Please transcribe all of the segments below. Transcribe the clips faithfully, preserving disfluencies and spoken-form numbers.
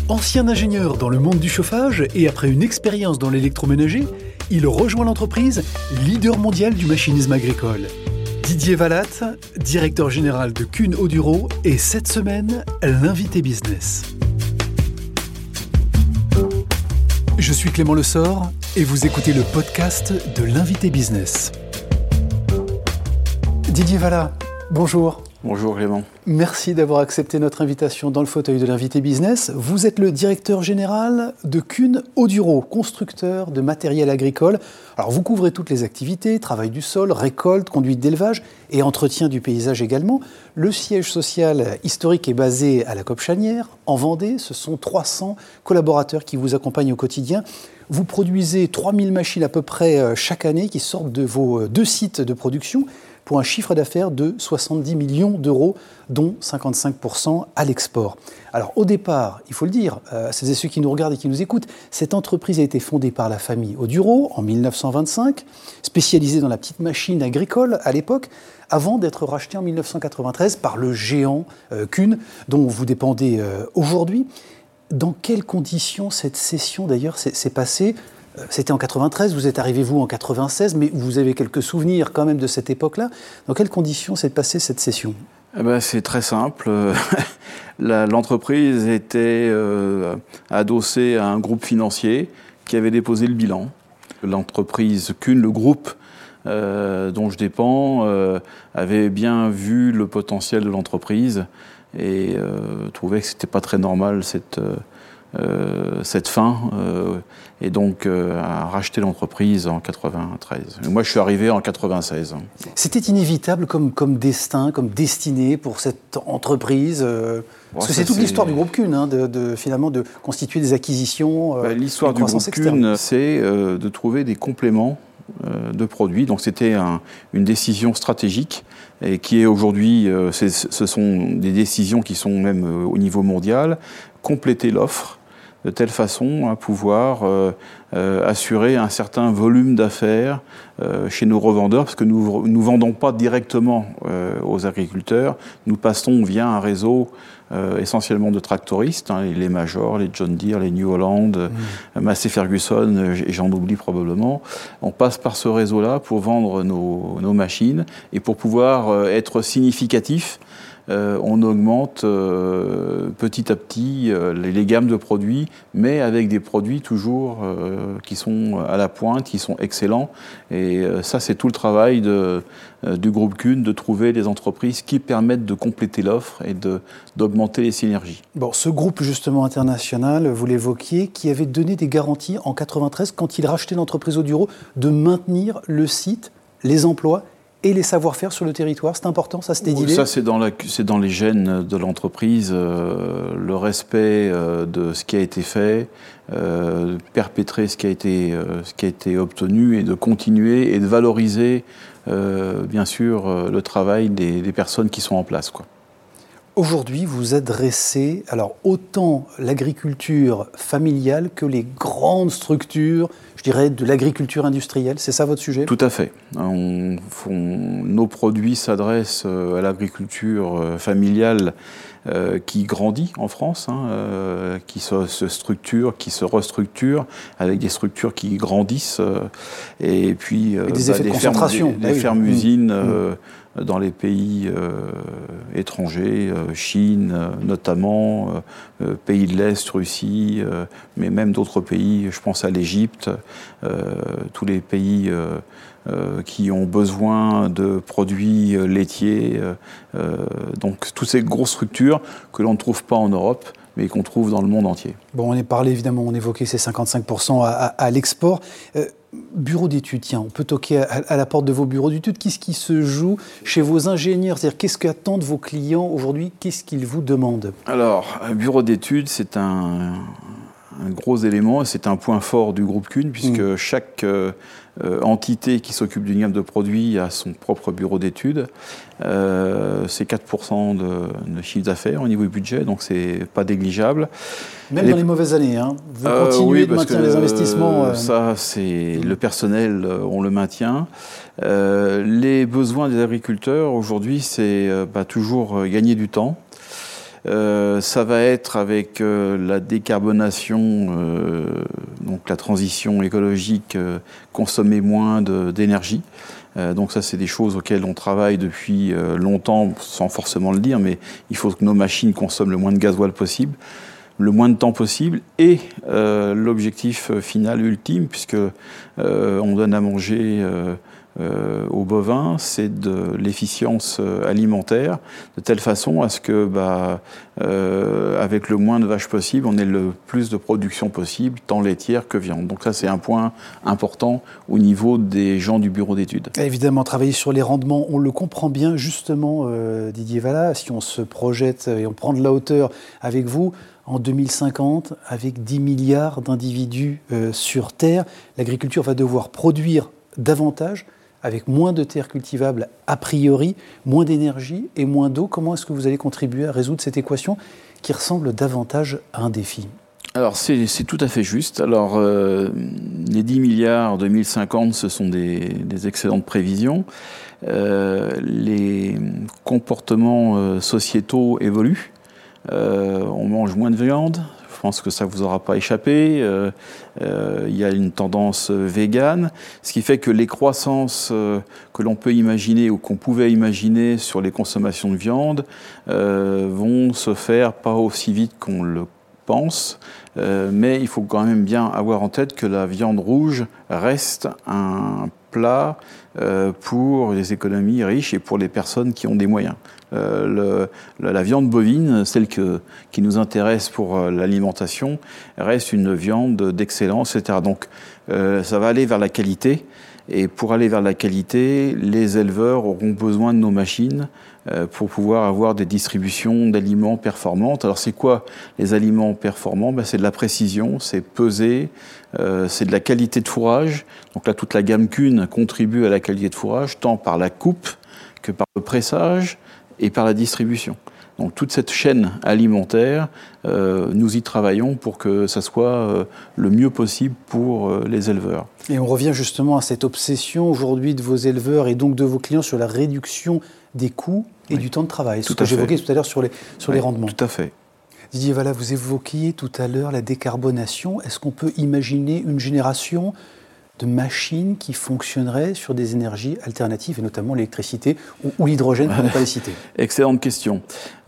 Ancien ingénieur dans le monde du chauffage et après une expérience dans l'électroménager, il rejoint l'entreprise, leader mondial du machinisme agricole. Didier Valatte, directeur général de Kuhn Oduro, est cette semaine l'invité business. Je suis Clément Lessort et vous écoutez le podcast de l'invité business. Didier Valatte, bonjour. Bonjour Clément. Merci d'avoir accepté notre invitation dans le fauteuil de l'invité business. Vous êtes le directeur général de Kuhn Oduro, constructeur de matériel agricole. Alors vous couvrez toutes les activités, travail du sol, récolte, conduite d'élevage et entretien du paysage également. Le siège social historique est basé à la Coppe-Chanière, en Vendée. Ce sont trois cents collaborateurs qui vous accompagnent au quotidien. Vous produisez trois mille machines à peu près chaque année qui sortent de vos deux sites de production, pour un chiffre d'affaires de soixante-dix millions d'euros, dont cinquante-cinq pour cent à l'export. Alors au départ, il faut le dire, à celles et ceux qui nous regardent et qui nous écoutent, cette entreprise a été fondée par la famille Oduro en mille neuf cent vingt-cinq, spécialisée dans la petite machine agricole à l'époque, avant d'être rachetée en mille neuf cent quatre-vingt-treize par le géant euh, Kuhn, dont vous dépendez euh, aujourd'hui. Dans quelles conditions cette cession d'ailleurs s'est, s'est passée ? C'était en quatre-vingt-treize, vous êtes arrivé vous en quatre-vingt-seize, mais vous avez quelques souvenirs quand même de cette époque-là. Dans quelles conditions s'est passée cette cession ? Eh ben, c'est très simple. La, l'entreprise était euh, adossée à un groupe financier qui avait déposé le bilan. L'entreprise Kuhn, le groupe euh, dont je dépends, euh, avait bien vu le potentiel de l'entreprise et euh, trouvait que c'était pas très normal cette... Euh, Euh, cette fin, euh, et donc euh, a racheté l'entreprise en quatre-vingt-treize. Et moi, je suis arrivé en quatre-vingt-seize. C'était inévitable comme, comme destin, comme destinée pour cette entreprise euh, Parce bon, que c'est toute c'est... l'histoire du groupe Kuhn, hein, de, de, finalement, de constituer des acquisitions. Euh, bah, l'histoire du groupe Kuhn, c'est euh, de trouver des compléments euh, de produits. Donc c'était un, une décision stratégique et qui est aujourd'hui, euh, c'est, ce sont des décisions qui sont même euh, au niveau mondial, compléter l'offre de telle façon à pouvoir euh, euh, assurer un certain volume d'affaires euh, chez nos revendeurs, parce que nous ne vendons pas directement euh, aux agriculteurs, nous passons via un réseau euh, essentiellement de tractoristes, hein, les Major, les John Deere, les New Holland, mmh. Massey Ferguson, et j'en oublie probablement. On passe par ce réseau-là pour vendre nos, nos machines et pour pouvoir euh, être significatif. Euh, on augmente euh, petit à petit euh, les, les gammes de produits, mais avec des produits toujours euh, qui sont à la pointe, qui sont excellents. Et euh, ça, c'est tout le travail de, euh, du groupe Kuhn, de trouver des entreprises qui permettent de compléter l'offre et de, d'augmenter les synergies. Bon, ce groupe justement international, vous l'évoquiez, qui avait donné des garanties en quatre-vingt-treize, quand il rachetait l'entreprise Oduro, de maintenir le site, les emplois et les savoir-faire sur le territoire, c'est important, ça c'était d'idée. Ça c'est dans, la, c'est dans les gènes de l'entreprise, euh, le respect euh, de ce qui a été fait, euh, perpétrer ce qui a été, euh, ce qui a été obtenu et de continuer et de valoriser euh, bien sûr euh, le travail des, des personnes qui sont en place, quoi. Aujourd'hui, vous adressez alors autant l'agriculture familiale que les grandes structures, je dirais, de l'agriculture industrielle. C'est ça votre sujet ? Tout à fait. On, on, nos produits s'adressent à l'agriculture familiale euh, qui grandit en France, hein, euh, qui se, se structure, qui se restructure, avec des structures qui grandissent. Euh, et puis euh, des, bah, des fermes, des, des ah oui. fermes-usines. Mmh. Euh, dans les pays euh, étrangers, euh, Chine euh, notamment, euh, pays de l'Est, Russie, euh, mais même d'autres pays, je pense à l'Égypte, euh, tous les pays euh, euh, qui ont besoin de produits euh, laitiers, euh, donc toutes ces grosses structures que l'on ne trouve pas en Europe, mais qu'on trouve dans le monde entier. Bon, on est parlé évidemment, on évoquait ces cinquante-cinq pour cent à, à, à l'export. Euh, bureau d'études, tiens, on peut toquer à, à la porte de vos bureaux d'études. Qu'est-ce qui se joue chez vos ingénieurs ? C'est-à-dire, qu'est-ce qu'attendent vos clients aujourd'hui ? Qu'est-ce qu'ils vous demandent ? Alors, un bureau d'études, c'est un, un gros élément, c'est un point fort du groupe Kuhn, puisque mmh. chaque euh, euh, entité qui s'occupe d'une gamme de produits a son propre bureau d'études. Euh, c'est quatre pour cent de, de chiffre d'affaires au niveau du budget, donc c'est pas négligeable. Même les... dans les mauvaises années, hein. Vous euh, continuez oui, de maintenir les investissements. Euh... Ça, c'est mmh. le personnel, on le maintient. Euh, les besoins des agriculteurs aujourd'hui, c'est euh, bah, toujours gagner du temps. Euh, ça va être avec euh, la décarbonation, euh, donc la transition écologique, euh, consommer moins de, d'énergie. Euh, donc ça, c'est des choses auxquelles on travaille depuis euh, longtemps, sans forcément le dire, mais il faut que nos machines consomment le moins de gasoil possible, le moins de temps possible, et euh, l'objectif final ultime, puisque euh, on donne à manger euh, euh, aux bovins, c'est de l'efficience alimentaire, de telle façon à ce que, bah, euh, avec le moins de vaches possible, on ait le plus de production possible, tant laitière que viande. Donc ça, c'est un point important au niveau des gens du bureau d'études. Évidemment, travailler sur les rendements, on le comprend bien, justement, euh, Didier Vallat, si on se projette et on prend de la hauteur avec vous, en deux mille cinquante, avec dix milliards d'individus euh, sur Terre, l'agriculture va devoir produire davantage, avec moins de terres cultivables a priori, moins d'énergie et moins d'eau. Comment est-ce que vous allez contribuer à résoudre cette équation qui ressemble davantage à un défi ? Alors c'est, c'est tout à fait juste. Alors euh, les dix milliards deux mille cinquante, ce sont des, des excellentes prévisions. Euh, les comportements euh, sociétaux évoluent. Euh, on mange moins de viande, je pense que ça ne vous aura pas échappé. Euh, euh, il y a une tendance végane, ce qui fait que les croissances euh, que l'on peut imaginer ou qu'on pouvait imaginer sur les consommations de viande euh, vont se faire pas aussi vite qu'on le pense, euh, mais il faut quand même bien avoir en tête que la viande rouge reste un plat euh, pour les économies riches et pour les personnes qui ont des moyens. Euh, le, la viande bovine, celle que, qui nous intéresse pour euh, l'alimentation, reste une viande d'excellence, et cetera. Donc euh, ça va aller vers la qualité, et pour aller vers la qualité, les éleveurs auront besoin de nos machines euh, pour pouvoir avoir des distributions d'aliments performantes. Alors c'est quoi les aliments performants ? Ben, c'est de la précision, c'est peser, euh, c'est de la qualité de fourrage. Donc là, toute la gamme Kuhn contribue à la qualité de fourrage, tant par la coupe que par le pressage et par la distribution. Donc toute cette chaîne alimentaire, euh, nous y travaillons pour que ça soit euh, le mieux possible pour euh, les éleveurs. Et on revient justement à cette obsession aujourd'hui de vos éleveurs et donc de vos clients sur la réduction des coûts et oui. du temps de travail. C'est ce que j'évoquais tout à l'heure sur les, sur oui, les rendements. Tout à fait. Didier Vallat, vous évoquiez tout à l'heure la décarbonation. Est-ce qu'on peut imaginer une génération de machines qui fonctionneraient sur des énergies alternatives, et notamment l'électricité ou, ou l'hydrogène, pour ne pas les citer ? Excellente question.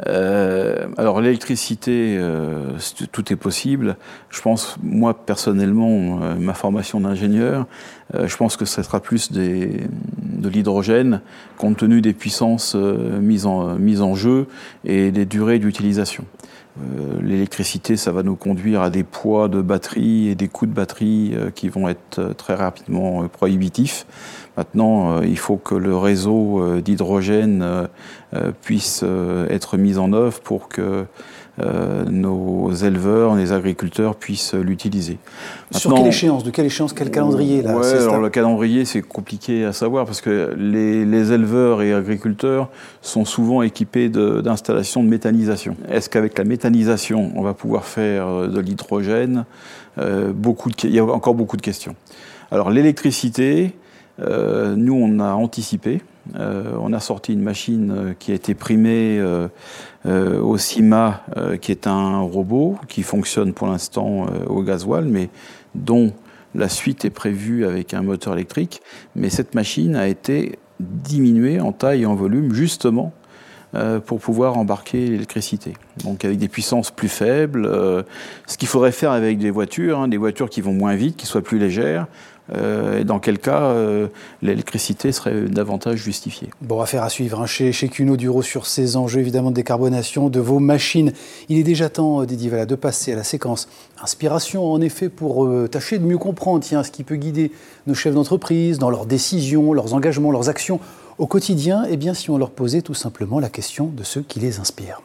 Euh, alors l'électricité, euh, tout est possible. Je pense, moi personnellement, euh, ma formation d'ingénieur, euh, je pense que ce sera plus des, de l'hydrogène, compte tenu des puissances euh, mises, en, mises en jeu et des durées d'utilisation. Euh, l'électricité, ça va nous conduire à des poids de batterie et des coûts de batterie euh, qui vont être euh, très rapidement euh, prohibitifs. Maintenant, euh, il faut que le réseau euh, d'hydrogène euh, euh, puisse euh, être mis en œuvre pour que euh, nos éleveurs, les agriculteurs puissent l'utiliser. Maintenant, sur quelle échéance ? De quelle échéance ? Quel calendrier là ? Ouais, alors le calendrier, c'est compliqué à savoir parce que les, les éleveurs et agriculteurs sont souvent équipés de, d'installations de méthanisation. Est-ce qu'avec la méthanisation, on va pouvoir faire de l'hydrogène ? euh, beaucoup de, Il y a encore beaucoup de questions. Alors l'électricité, euh, nous on a anticipé. Euh, on a sorti une machine qui a été primée euh, euh, au CIMA, euh, qui est un robot qui fonctionne pour l'instant euh, au gasoil, mais dont la suite est prévue avec un moteur électrique. Mais cette machine a été diminuée en taille et en volume, justement, euh, pour pouvoir embarquer l'électricité. Donc avec des puissances plus faibles, euh, ce qu'il faudrait faire avec des voitures, hein, des voitures qui vont moins vite, qui soient plus légères, Euh, et dans quel cas euh, l'électricité serait davantage justifiée. Bon, affaire à suivre hein, chez, chez Kuhn Oduro sur ces enjeux évidemment de décarbonation de vos machines. Il est déjà temps, Didier Vallat, de passer à la séquence inspiration, en effet, pour euh, tâcher de mieux comprendre tiens, ce qui peut guider nos chefs d'entreprise dans leurs décisions, leurs engagements, leurs actions au quotidien. Eh bien, si on leur posait tout simplement la question de ce qui les inspire.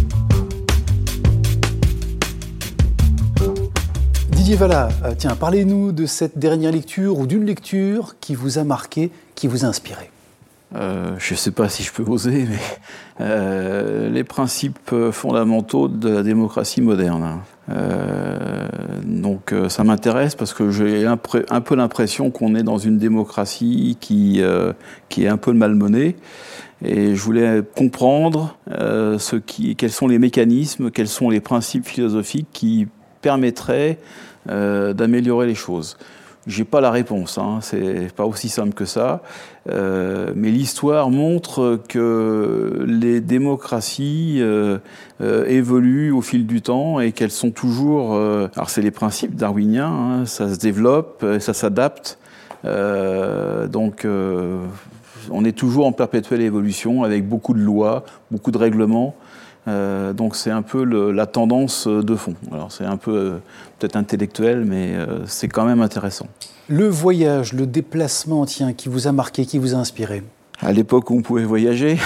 Didier Vallat, euh, tiens, parlez-nous de cette dernière lecture ou d'une lecture qui vous a marqué, qui vous a inspiré. euh, je ne sais pas si je peux oser, mais euh, les principes fondamentaux de la démocratie moderne. Euh, donc euh, ça m'intéresse parce que j'ai un, un peu l'impression qu'on est dans une démocratie qui, euh, qui est un peu malmenée. Et je voulais comprendre euh, ce qui, quels sont les mécanismes, quels sont les principes philosophiques qui permettraient euh, d'améliorer les choses. J'ai pas la réponse, hein, c'est pas aussi simple que ça, euh, mais l'histoire montre que les démocraties euh, euh, évoluent au fil du temps et qu'elles sont toujours... Euh, alors c'est les principes darwiniens, hein, ça se développe, ça s'adapte, euh, donc euh, on est toujours en perpétuelle évolution avec beaucoup de lois, beaucoup de règlements. Euh, donc c'est un peu le, la tendance de fond. Alors c'est un peu euh, peut-être intellectuel, mais euh, c'est quand même intéressant. Le voyage, le déplacement, tiens, qui vous a marqué, qui vous a inspiré? À l'époque où on pouvait voyager,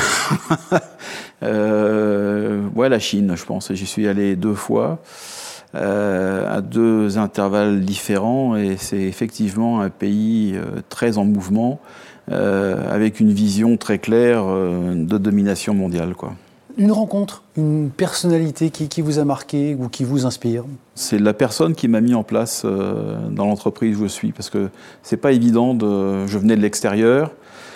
euh, ouais, la Chine, je pense. J'y suis allé deux fois, euh, à deux intervalles différents, et c'est effectivement un pays euh, très en mouvement, euh, avec une vision très claire euh, de domination mondiale, quoi. Une rencontre, une personnalité qui, qui vous a marqué ou qui vous inspire? C'est la personne qui m'a mis en place euh, dans l'entreprise où je suis, parce que c'est pas évident. De, je venais de l'extérieur,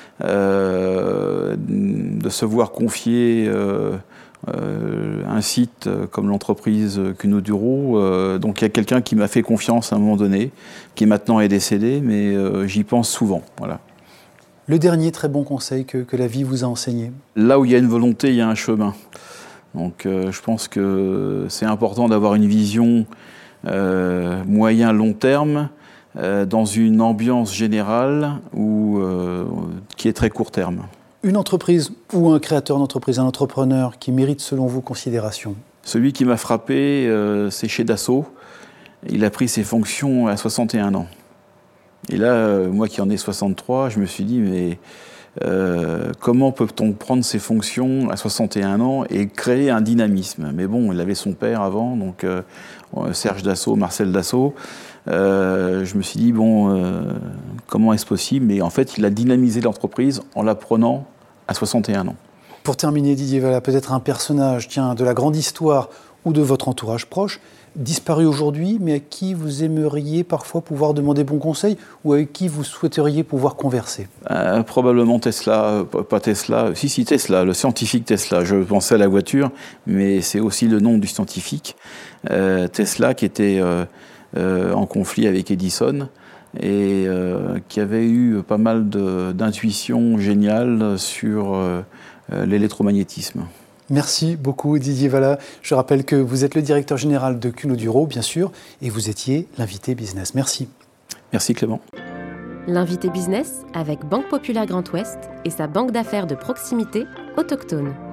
euh, de se voir confier euh, euh, un site comme l'entreprise Cuno Duro. Euh, donc il y a quelqu'un qui m'a fait confiance à un moment donné, qui maintenant est décédé, mais euh, j'y pense souvent. Voilà. Le dernier très bon conseil que, que la vie vous a enseigné? Là où il y a une volonté, il y a un chemin. Donc euh, je pense que c'est important d'avoir une vision euh, moyen-long terme euh, dans une ambiance générale où, euh, qui est très court terme. Une entreprise ou un créateur d'entreprise, un entrepreneur qui mérite selon vous considération? Celui qui m'a frappé, euh, c'est chez Dassault. Il a pris ses fonctions à soixante et un ans. Et là, euh, moi qui en ai soixante-trois, je me suis dit, mais euh, comment peut-on prendre ses fonctions à soixante et un ans et créer un dynamisme? Mais bon, il avait son père avant, donc euh, Serge Dassault, Marcel Dassault. Euh, je me suis dit, bon, euh, comment est-ce possible? Mais en fait, il a dynamisé l'entreprise en la prenant à soixante et un ans. Pour terminer, Didier Vallat, peut-être un personnage, tiens, de la grande histoire ou de votre entourage proche, disparu aujourd'hui, mais à qui vous aimeriez parfois pouvoir demander bon conseil ou avec qui vous souhaiteriez pouvoir converser? euh, Probablement Tesla, pas Tesla, si, si, Tesla, le scientifique Tesla. Je pensais à la voiture, mais c'est aussi le nom du scientifique. Euh, Tesla qui était euh, euh, en conflit avec Edison et euh, qui avait eu pas mal d'intuitions géniales sur euh, l'électromagnétisme. Merci beaucoup Didier Vallat. Je rappelle que vous êtes le directeur général de Cuno Duro, bien sûr, et vous étiez l'invité business. Merci. Merci Clément. L'invité business avec Banque Populaire Grand Ouest et sa banque d'affaires de proximité autochtone.